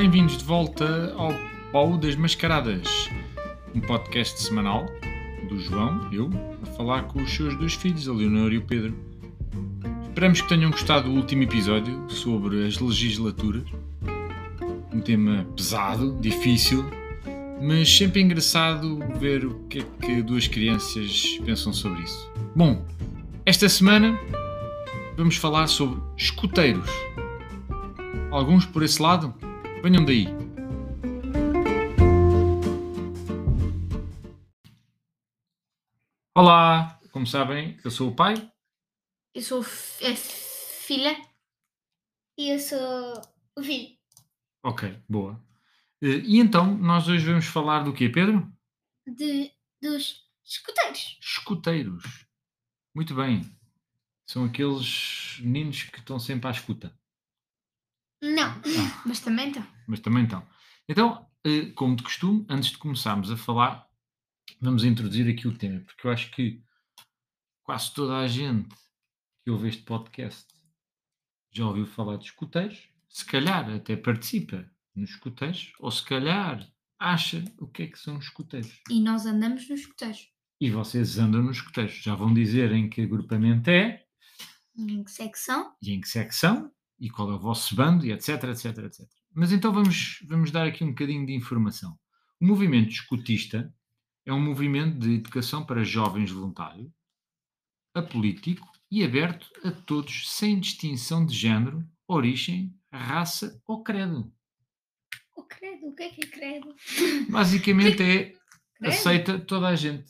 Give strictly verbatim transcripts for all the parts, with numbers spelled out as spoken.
bem-vindos de volta ao Baú das Mascaradas, um podcast semanal do João, eu, a falar com os seus dois filhos, a Leonor e o Pedro. Esperamos que tenham gostado do último episódio sobre as legislaturas, um tema pesado, difícil, mas sempre engraçado ver o que é que duas crianças pensam sobre isso. Bom, esta semana vamos falar sobre escuteiros. Alguns por esse lado? Venham daí. Olá, como sabem, eu sou o pai. Eu sou f- a filha. E eu sou o filho. Ok, boa. Eh, E então, nós hoje vamos falar do quê, Pedro? De, dos escuteiros. Escuteiros. Muito bem. São aqueles meninos que estão sempre à escuta. Não. Ah, Mas também então. mas também estão. Então, eh, como de costume, antes de começarmos a falar, vamos introduzir aqui o tema, porque eu acho que quase toda a gente que ouve este podcast já ouviu falar de escuteiros, se calhar até participa nos escuteiros, ou se calhar acha o que é que são os escuteiros. E nós andamos nos escuteiros. E vocês andam nos escuteiros. Já vão dizer em que agrupamento é, Em que secção? e em que secção, e qual é o vosso bando, e etc, etc, etcétera. Mas então vamos, vamos dar aqui um bocadinho de informação. O movimento escutista é um movimento de educação para jovens voluntários, apolítico e aberto a todos, sem distinção de género, origem, raça ou credo. O credo, o que é que é credo? Basicamente é Credo? aceita toda a gente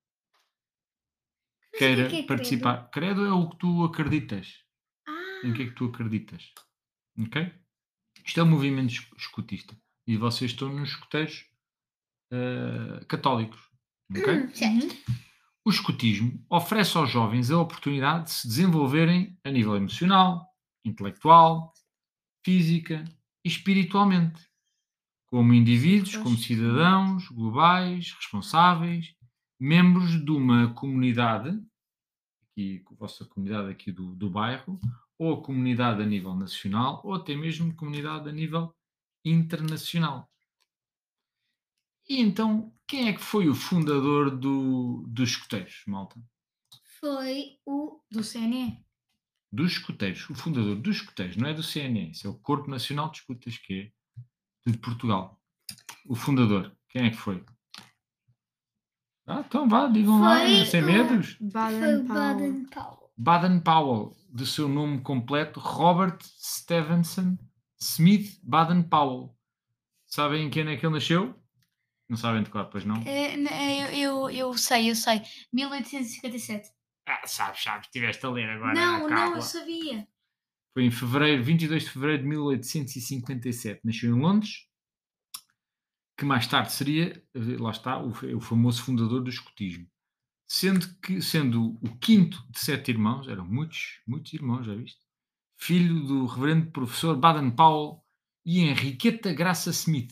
Mas o queira que é que é participar. Credo é o que tu acreditas. Ah, Em que é que tu acreditas? Ok? Isto é um movimento es- escutista. E vocês estão nos escuteiros eh, católicos. Ok? hum, certo. Uhum. O escutismo oferece aos jovens a oportunidade de se desenvolverem a nível emocional, intelectual, física e espiritualmente, como indivíduos, Sim, como pois. cidadãos globais, responsáveis, membros de uma comunidade, aqui, a vossa comunidade aqui do, do bairro, ou a comunidade a nível nacional, ou até mesmo comunidade a nível internacional. E então, quem é que foi o fundador do, dos escuteiros, malta? Foi o. Do C N E. Dos escuteiros. O fundador dos escuteiros, não é do C N E, isso é o Corpo Nacional de Escutas, que é de Portugal. O fundador, quem é que foi? Ah, então vá, digam lá, Foi sem o- medos. Foi Baden o Powell. Baden Powell. Baden-Powell, de seu nome completo, Robert Stevenson Smith Baden-Powell. Sabem em que ano é que ele nasceu? Não sabem de cor, pois não? É, n- é, eu, eu, eu sei, eu sei. mil oitocentos e cinquenta e sete. Ah, sabes, sabes, estiveste a ler agora Não, na não, cábula. eu sabia. Foi em fevereiro, vinte e dois de fevereiro de mil oitocentos e cinquenta e sete. Nasceu em Londres, que mais tarde seria, eh, lá está, o, o famoso fundador do escotismo. Sendo, que, sendo o quinto de sete irmãos, eram muitos, muitos irmãos, já viste? Filho do reverendo professor Baden-Powell e Henriqueta Graça Smith.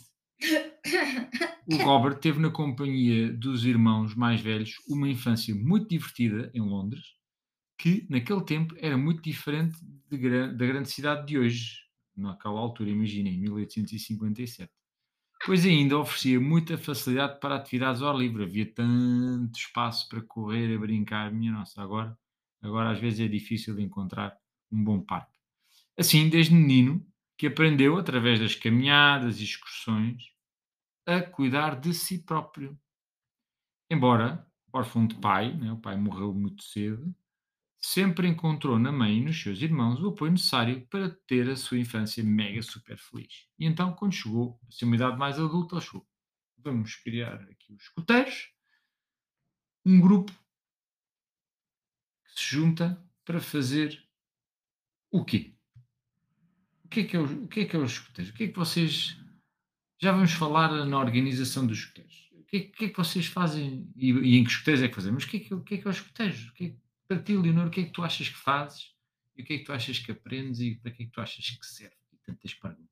O Robert teve na companhia dos irmãos mais velhos uma infância muito divertida em Londres, que naquele tempo era muito diferente de gra- da grande cidade de hoje, naquela altura, imagina, em mil oitocentos e cinquenta e sete. Pois ainda oferecia muita facilidade para atividades ao ar livre, havia tanto espaço para correr, a brincar, minha nossa, agora, agora às vezes é difícil de encontrar um bom parque. Assim, desde menino, que aprendeu, através das caminhadas e excursões, a cuidar de si próprio. Embora órfão de pai, né, o pai morreu muito cedo, sempre encontrou na mãe e nos seus irmãos o apoio necessário para ter a sua infância mega super feliz. E então, quando chegou a sua idade mais adulta, ele achou: vamos criar aqui os escuteiros, um grupo que se junta para fazer o quê? O que é que é, o, o que é, que é os escuteiros? O que é que vocês. Já vamos falar na organização dos escuteiros. O que é, o que é que vocês fazem e, e em que escuteiros é que fazemos? Mas o que é que, o que, é, que é os escuteiros? O que é, que- para ti, Leonor, o que é que tu achas que fazes? E o que é que tu achas que aprendes e para que é que tu achas que serve? E tantas perguntas.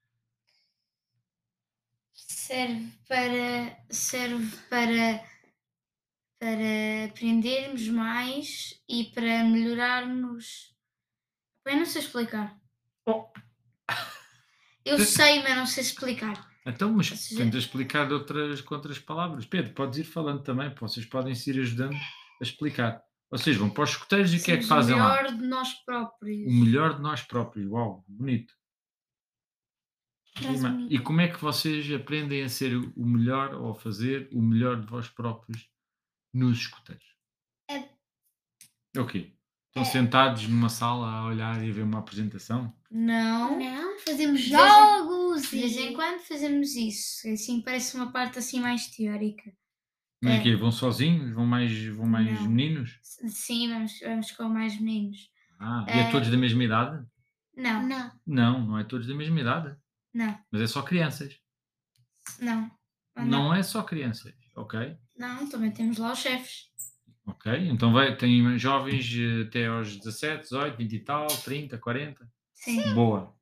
Serve para, serve para, para aprendermos mais e para melhorarmos. Bem, não sei explicar. Oh, Eu sei, mas não sei explicar. Então, mas Ou seja- tenta explicar de outras, com outras palavras. Pedro, podes ir falando também, vocês podem se ir ajudando a explicar. Vocês vão para os escuteiros e o que é que Somos fazem o lá? melhor de nós próprios. O melhor de nós próprios. Uau, bonito. E, Frase ma- bonita. e como é que vocês aprendem a ser o melhor ou a fazer o melhor de vós próprios nos escuteiros? É- É o quê? Estão É- sentados numa sala a olhar e a ver uma apresentação? Não. Não, fazemos De vez em- jogos De vez em e... quando fazemos isso. Assim parece uma parte assim mais teórica. Mas É. o quê? Vão sozinhos? Vão mais, vão mais Não. meninos? S- Sim, vamos, vamos com mais meninos. Ah, e é É. todos da mesma idade? Não, Não. Não, não é todos da mesma idade. não, Mas é só crianças. não. Ah, Não é só crianças, ok? Não, também temos lá os chefes. Ok, então vai, tem jovens eh, até aos dezassete, dezoito, vinte e tal, trinta, quarenta. Sim, Boa.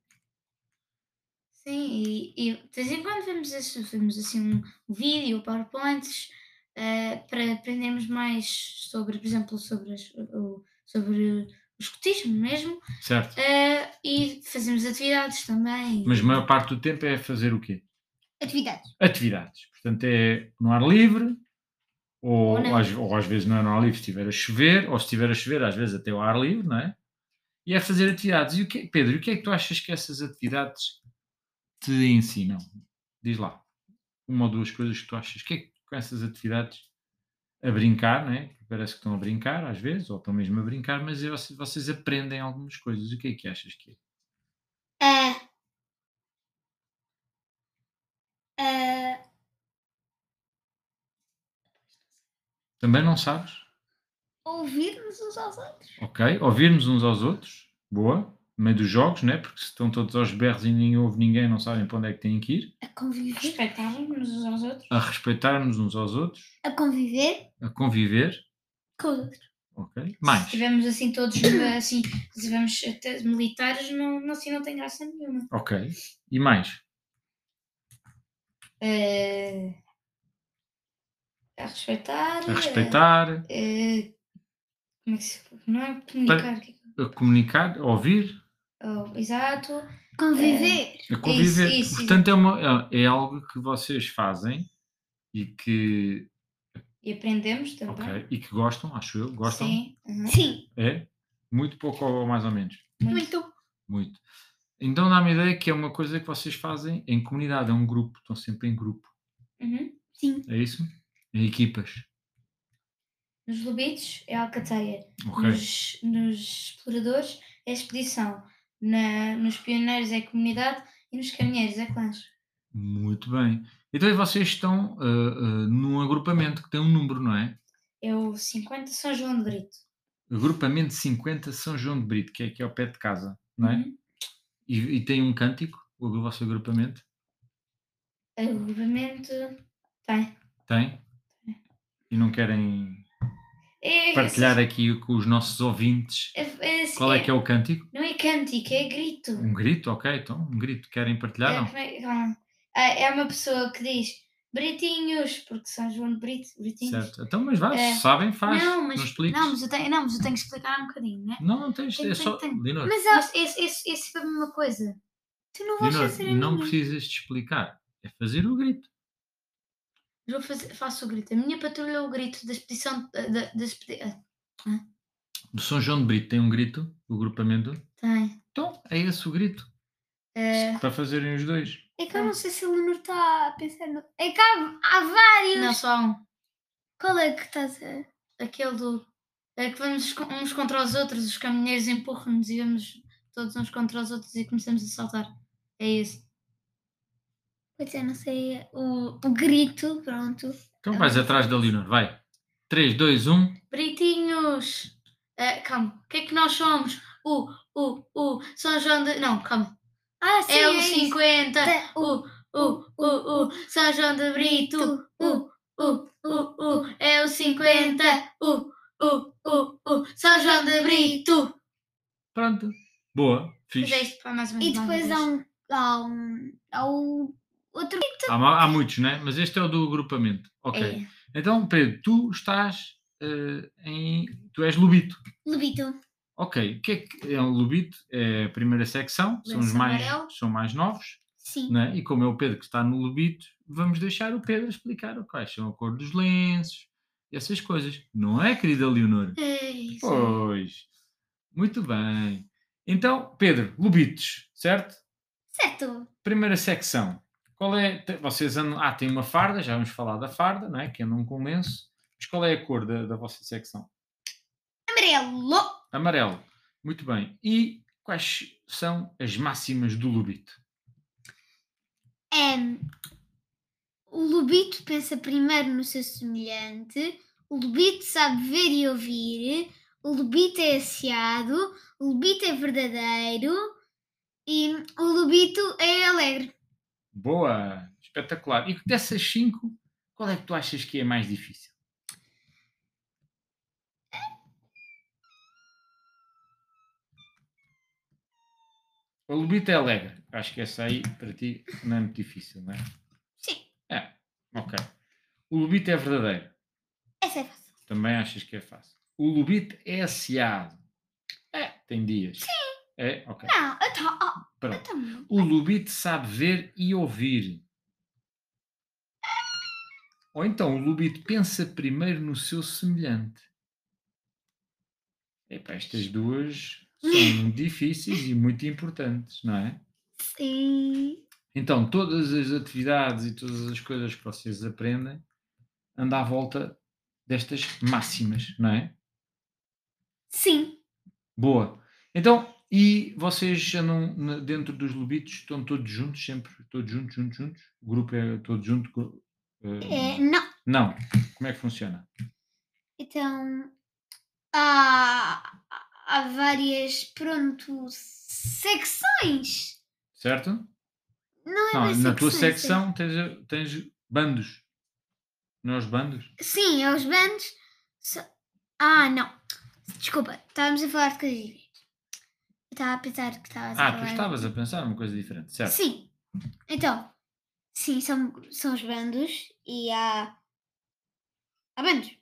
sim. E, e de vez em quando vemos, isso, vemos assim um vídeo, PowerPoints, eh, para aprendermos mais sobre, por exemplo, sobre, as- o, sobre o escotismo mesmo. Certo. eh, e fazemos atividades também. Mas a maior parte do tempo é fazer o quê? Atividades. Atividades. Portanto, é no ar livre, ou, Ou não. ou às, ou às vezes não é no ar livre se estiver a chover, ou se estiver a chover, às vezes até ao ar livre, não é? E é fazer atividades. E o que, Pedro, e o que é que tu achas que essas atividades te ensinam? Diz lá. Uma ou duas coisas que tu achas. O que é que com essas atividades a brincar, não é? Parece que estão a brincar às vezes, ou estão mesmo a brincar, mas vocês, vocês aprendem algumas coisas. O que é que achas que é? É... É... Também não sabes? Ouvirmos uns aos outros. Ok. Ouvirmos uns aos outros. Boa. No meio dos jogos, né? Porque se estão todos aos berros e ninguém ouve ninguém, não sabem para onde é que têm que ir. A conviver. Respeitarmos uns aos outros. A respeitarmos uns aos outros. A conviver A conviver. com os outros. Ok. Se Mais. estivermos assim todos assim, se estivermos até militares, não, não, assim não tem graça nenhuma. Ok. E mais. Eh, a respeitar. A respeitar. eh, como é que se. Não é comunicar. que é que- A comunicar. A ouvir. Oh, exato. Conviver. A conviver. Isso, isso, Portanto, é, uma, é, é algo que vocês fazem e que, E aprendemos também. ok, e que gostam, acho eu. Gostam? Sim. uhum. Sim. É? Muito pouco ou mais ou menos? Muito. Muito. Muito. Então dá-me a ideia que é uma coisa que vocês fazem em comunidade, é um grupo, estão sempre em grupo. Uhum. Sim. É isso? Em equipas. Nos lobitos é a alcateia. Ok. Nos, nos exploradores é a expedição. Na, nos pioneiros é a comunidade e nos caminheiros é clãs. Muito bem. Então e vocês estão ah, ah, num agrupamento que tem um número, não é? É o cinquenta São João de Brito. Agrupamento cinquenta São João de Brito, que é aqui ao pé de casa, não é? Uhum. E, e tem um cântico, o vosso agrupamento? Agrupamento tem. Tem? E não querem É, partilhar aqui com os nossos ouvintes é, é, assim, qual é que é o cântico? Não é cântico, é grito. Um grito, ok, então um grito. Querem partilhar? É, Não? como é, calma. Ah, é uma pessoa que diz Britinhos, porque São João de Brito, Britinhos. Certo. Então, mas vá, É. se sabem, faz. Não, mas, não expliques. não, mas eu tenho, não, mas eu tenho que explicar um bocadinho, né? Não, não tens, Tenho, é só. tenho, tenho. Linor, Mas há... Mas esse, esse, esse foi a mesma coisa. tu não vais Linor, fazer a não minha. precisas de explicar. É fazer o grito. Mas vou fazer, faço o grito. A minha patrulha é o grito da expedição. Da, da, da expedi- ah, Do São João de Brito tem um grito, o agrupamento. tem. Então, é esse o grito. Eh, Para fazerem os dois. É que eu não sei se o Leonor está a pensar no. É que há, há vários. não, só um. Qual é que estás a. Aquele do. É que vamos co- uns contra os outros, os caminheiros empurram-nos e vamos todos uns contra os outros e começamos a saltar. É esse. Pois é, não sei. O, o grito, pronto. Então vais atrás da Leonor, vai. três, dois, um. Britinhos! Eh, calma, o que é que nós somos? O, o, o, São João de. Não, calma. Ah, sim. É o isso. cinquenta! Tá, O, o, o, o, São João de Brito! O, o, o, o, é o cinquenta! O, o, o, o, São João de Brito! Pronto. Boa. Mas é Fixe. isto para mais ou menos. E depois mais há uma vez. um. Há um. Há o outro. Há, ma- há muitos, né? Mas este é o do agrupamento. Ok. É. Então, Pedro, tu estás eh, em. Tu és Lubito. Lobito. Ok. O que é que é um Lubito? É a primeira secção. São os Lenço mais, amarelo. são mais novos. Sim. não é? E como é o Pedro que está no Lobito, vamos deixar o Pedro explicar quais são a cor dos lenços, essas coisas. Não é, querida Leonor? É isso. Pois. Muito bem. Então, Pedro, Lobitos, certo? Certo. Primeira secção. Qual é? te- Vocês andam. Ah, tem uma farda, já vamos falar da farda, não é? Que andam com lenço. Mas qual é a cor da, da vossa secção? Amarelo. Amarelo. Muito bem. E quais são as máximas do Lobito? Em, o lobito pensa primeiro no seu semelhante. O lobito sabe ver e ouvir. O lobito é asseado. O lobito é verdadeiro. E o lobito é alegre. Boa! Espetacular. E dessas cinco, qual é que tu achas que é mais difícil? O Lobito é alegre. Acho que essa aí, para ti, não é muito difícil, não é? Sim, É. Ok. O Lobito é verdadeiro. essa é fácil. Também achas que é fácil. O Lobito é asseado. É, tem dias. É, ok. Não, então, oh, Pronto. então não. O Lobito sabe ver e ouvir. Ou então o Lobito pensa primeiro no seu semelhante. Epá, estas duas são difíceis e muito importantes, não é? Sim. Então, todas as atividades e todas as coisas que vocês aprendem andam à volta destas máximas, não é? Sim. Boa. Então, e vocês andam na- dentro dos lobitos, estão todos juntos, sempre todos juntos, juntos, juntos? O grupo é todo junto? gru- eh, É, não. Não. Como é que funciona? Então, há, há várias, pronto, secções. Certo? Não é Não, bem na tua secções. é- secção tens, tens bandos. Não é os bandos? Sim, é os bandos. só- Ah, não. Desculpa, estávamos a falar de coisas diferentes. Eu estava a pensar que estavas a Ah, falar. tu estavas a pensar uma coisa diferente, certo? Sim. Então, sim, são, são os bandos e há. Há bandos.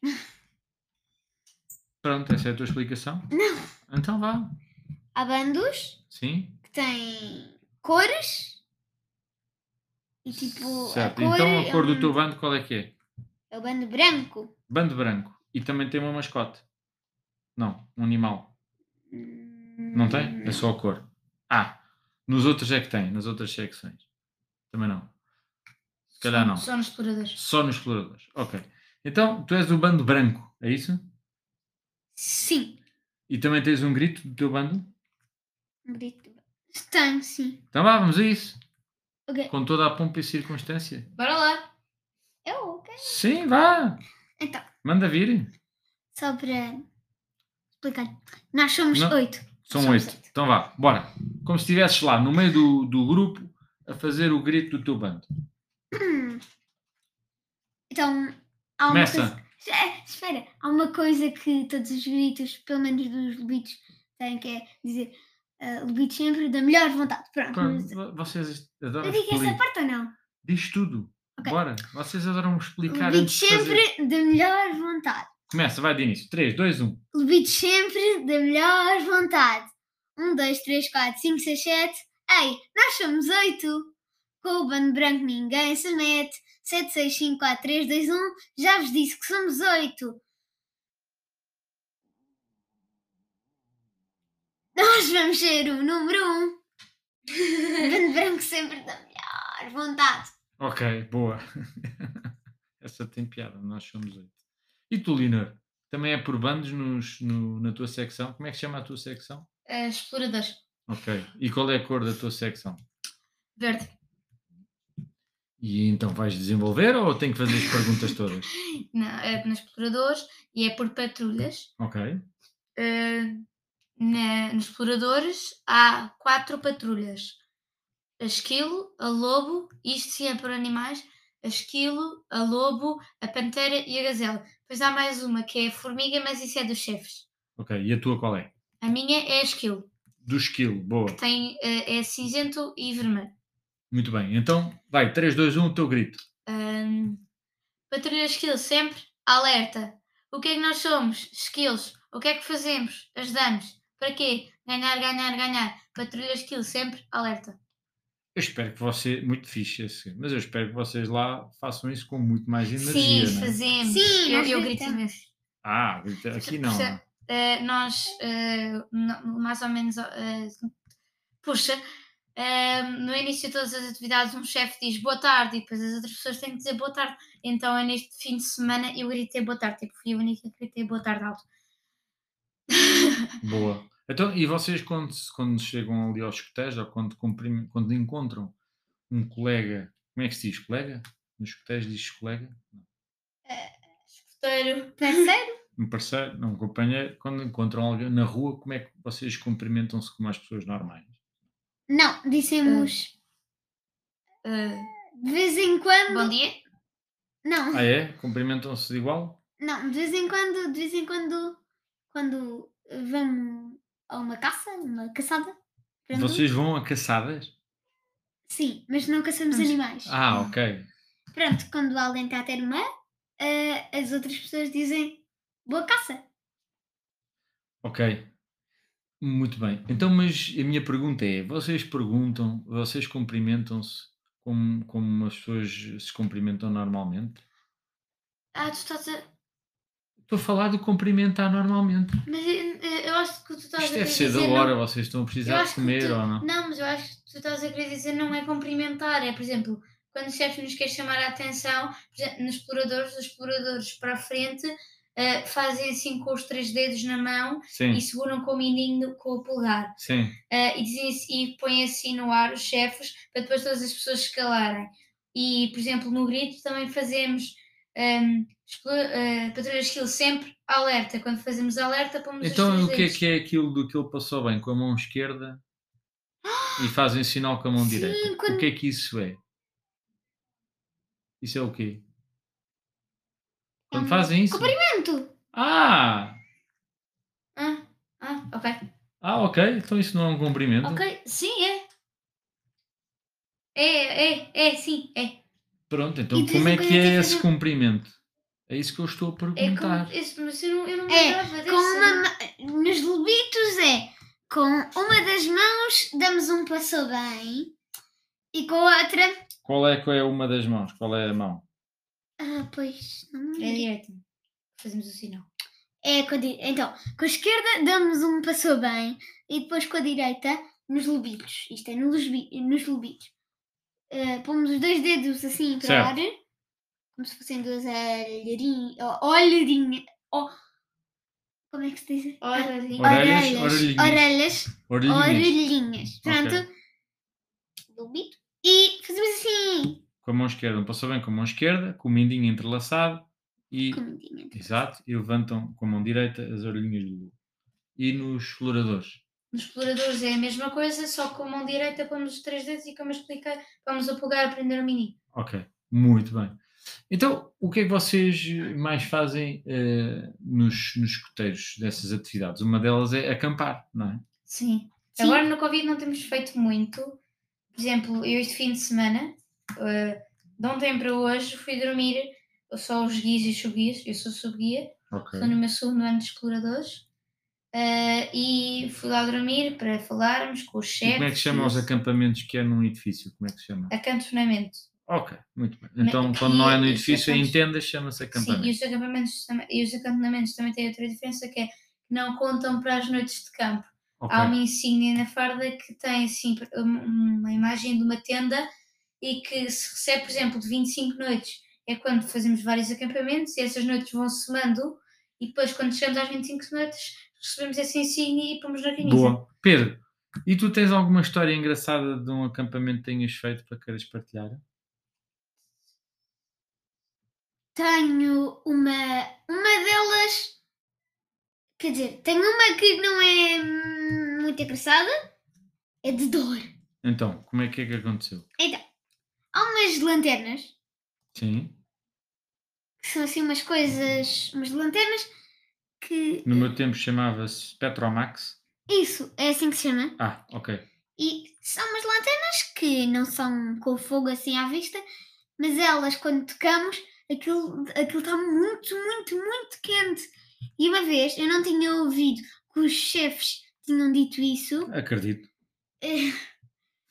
Pronto, essa é a tua explicação? Não. Então vá. Há bandos Sim? que têm cores e tipo. Certo. A cor Então a é cor do um- teu bando qual é que é? É o bando branco. Bando branco. E também tem uma mascote. Não, um animal. Não tem? É só a cor. Ah, nos outros é que tem, nas outras secções. Também não. Se calhar Só- não. Só nos exploradores. Só nos exploradores. Ok. Então, tu és o bando branco, é isso? Sim. E também tens um grito do teu bando? Um grito. Tenho, sim. Então vá, vamos a isso. Ok. Com toda a pompa e circunstância. Bora lá. Eu, ok. Sim, vá. Então, Manda vir. só para explicar. Nós somos Não. oito. São Somos oito. Então vá, bora. Como se estivesses lá no meio do, do grupo a fazer o grito do teu bando. Então, há uma Começa. coisa. É, espera, há uma coisa que todos os gritos, pelo menos dos lobitos, têm que é dizer uh, lobitos sempre da melhor vontade. Pronto. Pronto, mas- vo- vocês adoram Eu digo essa explicar. parte ou não? Diz tudo. Ok. Bora. Vocês adoram explicar Lobitos antes de fazer. sempre da melhor vontade. Começa, vai de início. três, dois, um. Lobitos sempre da melhor vontade. um, dois, três, quatro, cinco, seis, sete. Ei, nós somos oito. Com o bando branco ninguém se mete. sete, seis, cinco, quatro, três, dois, um. Já vos disse que somos oito. Nós vamos ser o número um. O bando branco sempre da melhor vontade. Ok, boa. Essa tem piada, nós somos oito. E tu, Linor? Também é por bandos nos, no- na tua secção? Como é que se chama a tua secção? Eh, exploradores. Ok. E qual é a cor da tua secção? Verde. E então vais desenvolver ou tenho que fazer as perguntas todas? Não, é nos exploradores e é por patrulhas. Ok. Eh, na- nos exploradores há quatro patrulhas. A esquilo, a lobo, isto sim é por animais, a esquilo, a lobo, a pantera e a gazela. Depois há mais uma que é a formiga, mas isso é dos chefes. Ok. E a tua qual é? A minha é a esquilo, Do esquilo. Boa. tem, eh, é cinzento e vermelho. Muito bem. Então, vai. três, dois, um, o teu grito. Ahm, patrulha esquilo, sempre alerta. O que é que nós somos? Esquilos. O que é que fazemos? Ajudamos. Para quê? Ganhar, ganhar, ganhar. Patrulha esquilo, sempre alerta. Eu espero que você muito fixe esse, mas eu espero que vocês lá façam isso com muito mais Sim, energia, isso não é? fazemos. Sim, eu, nós eu grito gritamos. imenso. Ah, grita- aqui não. Puxa, não. eh, nós, eh, no- mais ou menos, eh, puxa, eh, no início de todas as atividades, um chefe diz boa tarde e depois as outras pessoas têm que dizer boa tarde. Então, é neste fim de semana eu gritei boa tarde, tipo, fui a única que gritei boa tarde alto. Boa. Então, e vocês quando, se- quando chegam ali aos escoteiros ou quando, cumprim- quando encontram um colega, como é que se diz colega? Nos escoteiros diz colega? Escuteiro. Parceiro? Um parceiro, não, um companheiro, quando encontram alguém na rua, como é que vocês cumprimentam-se como as pessoas normais? Não, dissemos Eh, de vez em quando. bom dia. Não, Ah, é? Cumprimentam-se igual? não, de vez em quando, de vez em quando, quando vamos a uma caça, uma caçada. pronto. Vocês vão a caçadas? Sim, mas não caçamos Mas- animais. Ah, ok. Pronto, quando alguém está a ter uma, eh, as outras pessoas dizem boa caça. Ok. Muito bem. Então, mas a minha pergunta é: vocês perguntam, vocês cumprimentam-se como, como as pessoas se cumprimentam normalmente? Ah, tu estás a. Estou a falar de cumprimentar normalmente. Mas eh, eh, eu acho que tu estás Isto a deve querer ser da dizer. hora, Não, vocês estão a eu precisar de acho que comer tu- ou não? Não, mas eu acho que tu estás a querer dizer não é cumprimentar. É, por exemplo, quando os chefes nos querem chamar a atenção, por exemplo, nos exploradores, os exploradores para a frente eh, fazem assim com os três dedos na mão Sim, e seguram com o mindinho com o polegar. sim. Eh, e, dizem, assim- e põem assim no ar os chefes para depois todas as pessoas escalarem. E, por exemplo, no grito também fazemos um, Patrulha Esquilo sempre alerta. Quando fazemos alerta, pomos os Então, três o que é dedos. que é aquilo do que ele passou bem com a mão esquerda e fazem sinal com a mão Sim, direita? quando- O que é que isso é? Isso é o quê? Quando um fazem isso? cumprimento. Ah! Ah, ah, ok. Ah, ok. Então isso não é um cumprimento? Ok, sim, é. É, é, é, sim, é. Pronto, então E de como vez é em quando que eu é tenho que esse fazer- cumprimento? É isso que eu estou a É como. perguntar. Esse, mas eu não, eu não me É, lembrava dessa. com uma, ma- nos lobitos é com uma das mãos damos um passo bem e com a outra. Qual é, qual é uma das mãos? Qual é a mão? Ah, pois. Não me É lembro. direito. Fazemos o sinal. É com a di- Então, com a esquerda damos um passo bem e depois com a direita nos lobitos. Isto é, nos, bi- nos lobitos. Ah, pomos os dois dedos assim para Certo. ar, como se fossem duas olheirinhas. Olheirinhas. Oh, como é que se diz? Ah, Olha, Orelhas, orelhas. orelhinhas. Orelhas. Orelhinhas. Orelhinhas. Pronto. Lobito. E fazemos assim. Com a mão esquerda, um passo bem com a mão esquerda, com o mindinho entrelaçado e, Comidinha. exato, e levantam com a mão direita as orelhinhas do lobo. E nos exploradores? nos exploradores é a mesma coisa, só com a mão direita pomos os três dedos e, como eu expliquei, vamos apogar a prender o menino. Ok, muito bem. Então, o que é que vocês mais fazem eh, nos, nos escoteiros dessas atividades? Uma delas é acampar, não é? Sim. Sim. Agora no Covid não temos feito muito. Por exemplo, eu este fim de semana, eh, de ontem para hoje, fui dormir só os guias e sub-guias. Eu sou sub-guia, Ok. estou no meu segundo ano de exploradores. eh, e fui lá dormir para falarmos com os E chefes. como é que se chama os acampamentos que é num edifício? Como é que se chama? Acantonamento. Ok, muito bem. Ma- Então, quando não é no e- e edifício, em acampamentos- tendas, chama-se Sim, acampamento. e os acampamentos, também, e os acampamentos também têm outra diferença, que é que não contam para as noites de campo. Ok. Há uma insígnia na farda que tem assim um- uma imagem de uma tenda e que se recebe, por exemplo, de vinte e cinco noites. É quando fazemos vários acampamentos e essas noites vão somando e depois, quando chegamos às vinte e cinco noites, recebemos essa insígnia e pomos na camisa. Boa. Pedro, e tu tens alguma história engraçada de um acampamento que tenhas feito para queres partilhar? Tenho uma. Uma delas. Quer dizer, tenho uma que não é hum, muito engraçada. É de dor. Então, como é que é que aconteceu? Então, há umas lanternas. Sim. Que são assim umas coisas. Umas lanternas que. No meu tempo chamava-se Petromax. Isso, é assim que se chama. Ah, ok. E são umas lanternas que não são com fogo assim à vista, mas elas, quando tocamos, aquilo aquilo está muito, muito, muito quente. E uma vez eu não tinha ouvido que os chefes tinham dito isso. Acredito. eh,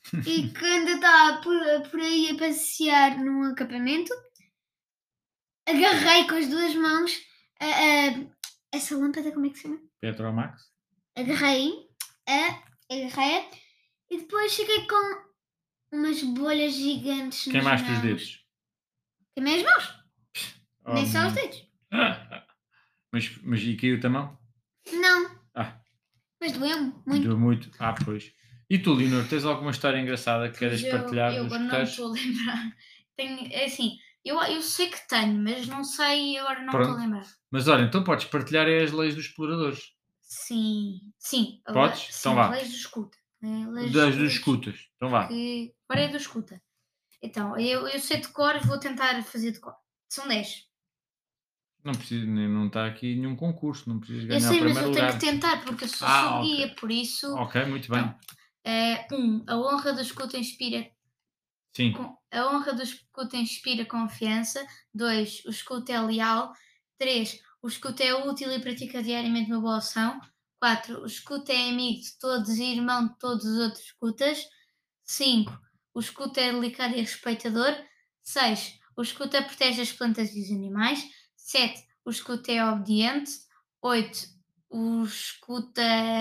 e quando eu estava por, por aí a passear num acampamento, agarrei com as duas mãos a, a- essa lâmpada, como é que se chama? Petromax? Agarrei, a, agarrei e depois cheguei com umas bolhas gigantes nas Queimaste os mãos. dedos. Queimei as mãos, Oh, nem só os menino. dedos. Mas, mas e caiu-te a mão? Não, Ah, mas doeu-me muito. deu muito. Ah, pois. E tu, Linor, tens alguma história engraçada que queres Pois eu, partilhar eu dos agora não me escuteiros? estou a lembrar. Tenho, é assim, eu, eu sei que tenho, mas não sei, agora não me estou a Pronto. lembrar. Mas olha, então podes partilhar aí as leis dos exploradores. Sim, sim. a le- Podes? Sim, Então vá. leis do escuta. É, leis Das dos leis- escutas. Então vá. Que... Agora é do escuta. Então, eu, eu sei de cor e vou tentar fazer de cor. São dez. Não precisa, nem- não está aqui nenhum concurso, não precisas Eu ganhar sei, o mas primeiro eu tenho lugar. que tentar, porque eu sou, Ah, sou ok. guia, por isso. Ok, muito bem. Então, é, um, a honra do escuta inspira Sim. com- a honra do escuta inspira confiança. dois. O escuta é leal. três. O escuta é útil e pratica diariamente uma boa ação. quatro. O escuta é amigo de todos e irmão de todos os outros escutas. cinco. O escuta é delicado e respeitador. seis. O escuta protege as plantas e os animais. sete. O escuta é obediente. oito. O escuta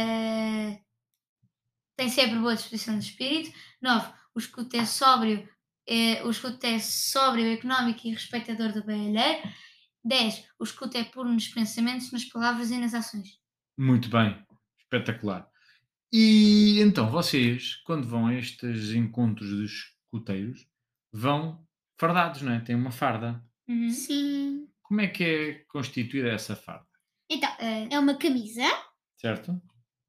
tem sempre boa disposição de espírito. nove. O escuta é sóbrio, eh, o escuta é sóbrio, económico e respeitador do bem alheio. dez. O escuta é puro nos pensamentos, nas palavras e nas ações. Muito bem. Espetacular. E então, vocês, quando vão a estes encontros dos escuteiros, vão fardados, não é? Têm uma farda. Uhum. Sim. Como é que é constituída essa farda? Então, Eh, é uma camisa. Certo?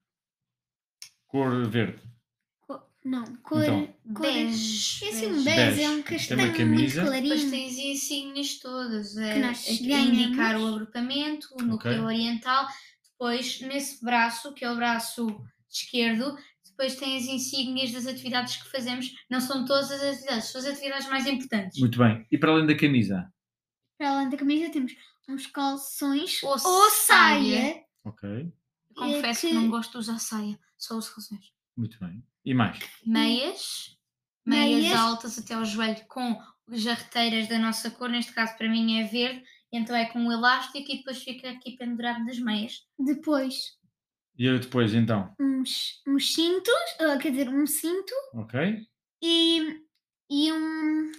Cor verde. Co- não, cor. Então. cor bege. é assim um bege. bege, é Bege. um Tem castanho uma camisa. muito Depois clarinho. tens insígnias todas, a, Que nós a- a ganhamos. indicar o agrupamento, o núcleo oriental. Depois, nesse braço, que é o braço esquerdo, depois tem as insígnias das atividades que fazemos. Não são todas as atividades, são as atividades mais importantes. Muito bem. E para além da camisa? Para além da camisa temos uns calções Ou ou saia. saia. Ok. Confesso que... que- não gosto de usar saia, só uso calções. Muito bem. E mais? Meias, meias, Meias. altas até ao joelho com jarreteiras da nossa cor, neste caso para mim é verde, então é com um elástico e depois fica aqui pendurado nas meias. Depois E eu depois, então? uns, uns cintos, ah, quer dizer, um cinto Ok. e, e um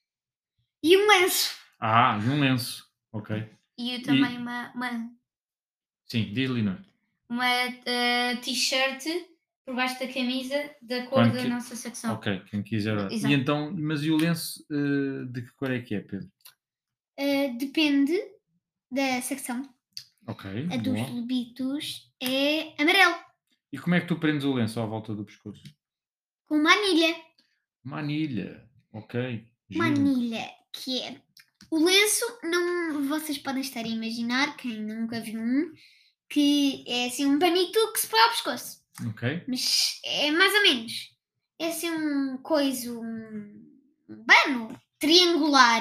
e um lenço. Ah, e um lenço. Ok. E eu E- também uma, uma, Sim, diz, Linor. uma eh, t-shirt por baixo da camisa da cor Quando da que- nossa secção. Ok, quem quiser. Exato. E então, mas e o lenço eh, de que cor é que é, Pedro? Ah, depende da secção. Ok, A dos boa. lobitos é amarelo, E como é que tu prendes o lenço à volta do pescoço? com uma anilha. Uma anilha. Ok. Uma giro. anilha que é. O lenço, não, vocês podem estar a imaginar, quem nunca viu um, que é assim um panito que se põe ao pescoço. Ok. Mas é mais ou menos. É assim um coiso, um um pano triangular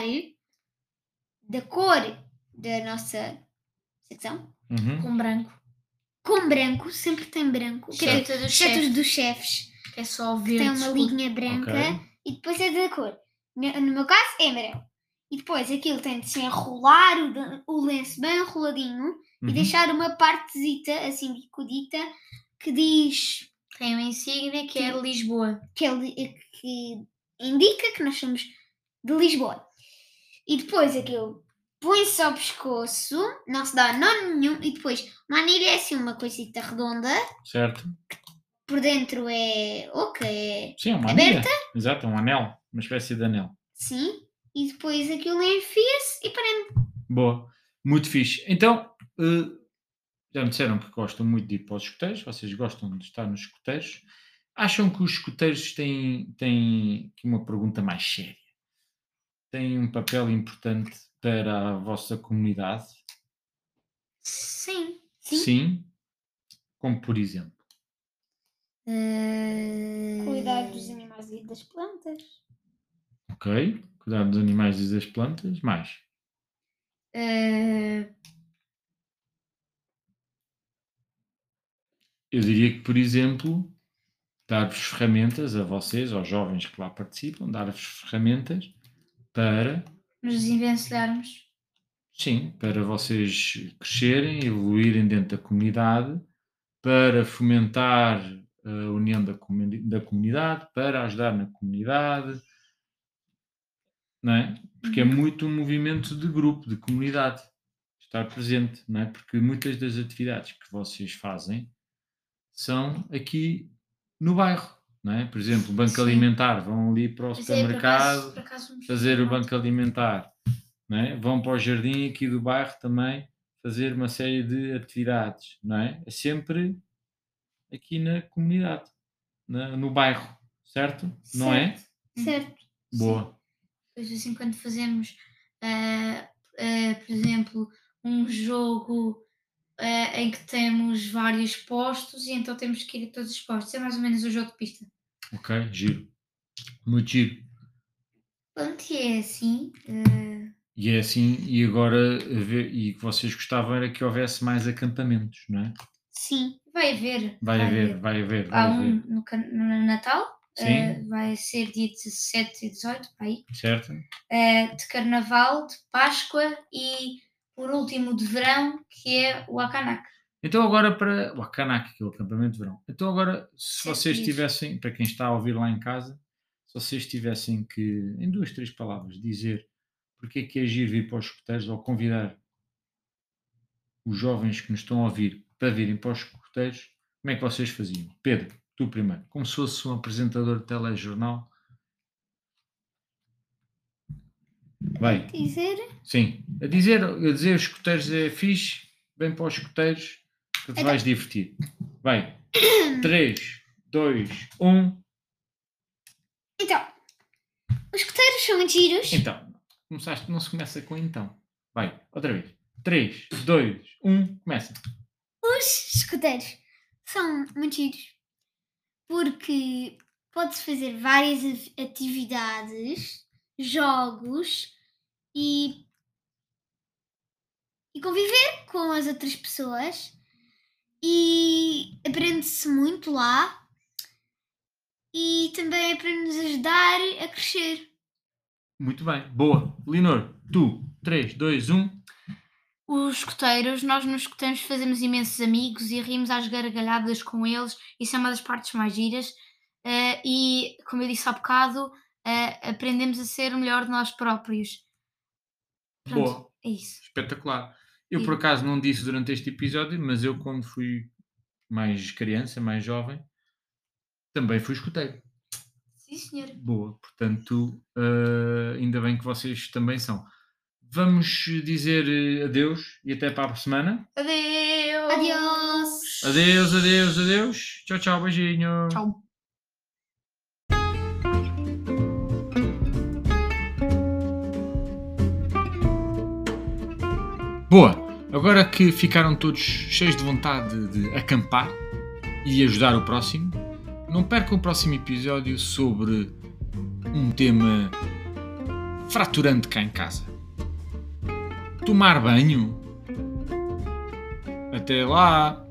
da cor da nossa secção, Uhum. Com branco. com branco, sempre tem branco. Quer Exceto dizer, dos exceto os chefes, dos chefes, que é só que verde tem uma escuro. linha branca Ok. e depois é da cor. No, no meu caso é amarelo. E depois aquilo tem de se enrolar o, de- o lenço bem enroladinho Uhum. e deixar uma partezita, assim bicudita, que diz Tem uma insígnia que é Que- Lisboa. que, é li- que indica que nós somos de Lisboa. E depois aquilo põe-se ao pescoço, não se dá nó nenhum, e depois uma anilha é assim uma coisita redonda, Certo. por dentro é oca, é Sim, é uma Aberta? anilha. Exato, um anel. Uma espécie de anel. sim, e depois aquilo enfia-se e prende. Boa. Muito fixe. Então, eh, já me disseram que gostam muito de ir para os escuteiros. Vocês gostam de estar nos escuteiros. Acham que os escuteiros têm, têm aqui uma pergunta mais séria? Têm um papel importante para a vossa comunidade? Sim. Sim. Como por exemplo? Cuidar dos animais e das plantas. Ok. Cuidar dos animais e das plantas. Mais. Eh, Eu diria que, por exemplo, dar-vos ferramentas a vocês, aos jovens que lá participam, dar-vos ferramentas para, Nos desenvencilharmos. sim, para vocês crescerem, evoluírem dentro da comunidade, para fomentar a união da, comuni- da comunidade, para ajudar na comunidade, não é? Porque é Uhum. muito um movimento de grupo, de comunidade, estar presente, não é? Porque muitas das atividades que vocês fazem são aqui no bairro, não é? Por exemplo, o banco Sim. alimentar, vão ali para o Mas é, por acaso, supermercado por acaso vamos fazer o fazer banco alimentar, não é? Vão para o jardim aqui do bairro também fazer uma série de atividades, não é? É sempre aqui na comunidade, na- no bairro, certo? Não é? Certo. Certo. Boa. Depois, de vez em quando, fazemos, ah, ah, por exemplo, um jogo ah, em que temos vários postos e então temos que ir a todos os postos. É mais ou menos o jogo de pista. Ok, giro. Muito giro. Pronto, e é assim. ah, E é assim, e agora, a ver- e o que vocês gostavam era que houvesse mais acampamentos, não é? Sim. vai haver. Vai haver, vai haver, vai Há um haver. no, can- no Natal. Sim. ah, vai ser dia dezassete e dezoito, para aí. Certo? ah, de Carnaval, de Páscoa e, por último, de Verão, que é o Akanak. Então agora para o Akanak, que é o acampamento de verão. Então agora, se Sete vocês dias. tivessem, para quem está a ouvir lá em casa, se vocês tivessem que, em duas, três palavras, dizer porque é que é giro vir para os escuteiros ou convidar os jovens que nos estão a ouvir para virem para os escuteiros, como é que vocês faziam? Pedro, tu primeiro, como se fosse um apresentador de telejornal. Vai, Dizer. sim, a dizer, a dizer os escuteiros é fixe, vem para os escuteiros que te Então. vais divertir. Vai, três, dois, um. Então, os escuteiros são muito giros. Então, começaste, não se começa com então. Vai, outra vez. três, dois, um, começa. Os escuteiros são muito giros porque pode-se fazer várias av- atividades, jogos e, e conviver com as outras pessoas e aprende-se muito lá e também é para nos ajudar a crescer. Muito bem, boa. Linor, tu, três, dois, um. Os escuteiros, nós nos escuteiros fazemos imensos amigos e rimos às gargalhadas com eles. Isso é uma das partes mais giras. Ah, e, como eu disse há bocado, ah, aprendemos a ser o melhor de nós próprios. Pronto, Boa, é isso. espetacular. Eu Sim. por acaso não disse durante este episódio, mas eu quando fui mais criança, mais jovem, também fui escuteiro. Sim, senhor. Boa, portanto, eh, ainda bem que vocês também são. Vamos dizer eh, adeus e até para a semana. Adeus! Adiós! Adeus, adeus, adeus. Tchau, tchau, beijinho. Tchau. Boa, agora que ficaram todos cheios de vontade de acampar e ajudar o próximo, não percam o próximo episódio sobre um tema fraturante cá em casa. Tomar banho. Até lá!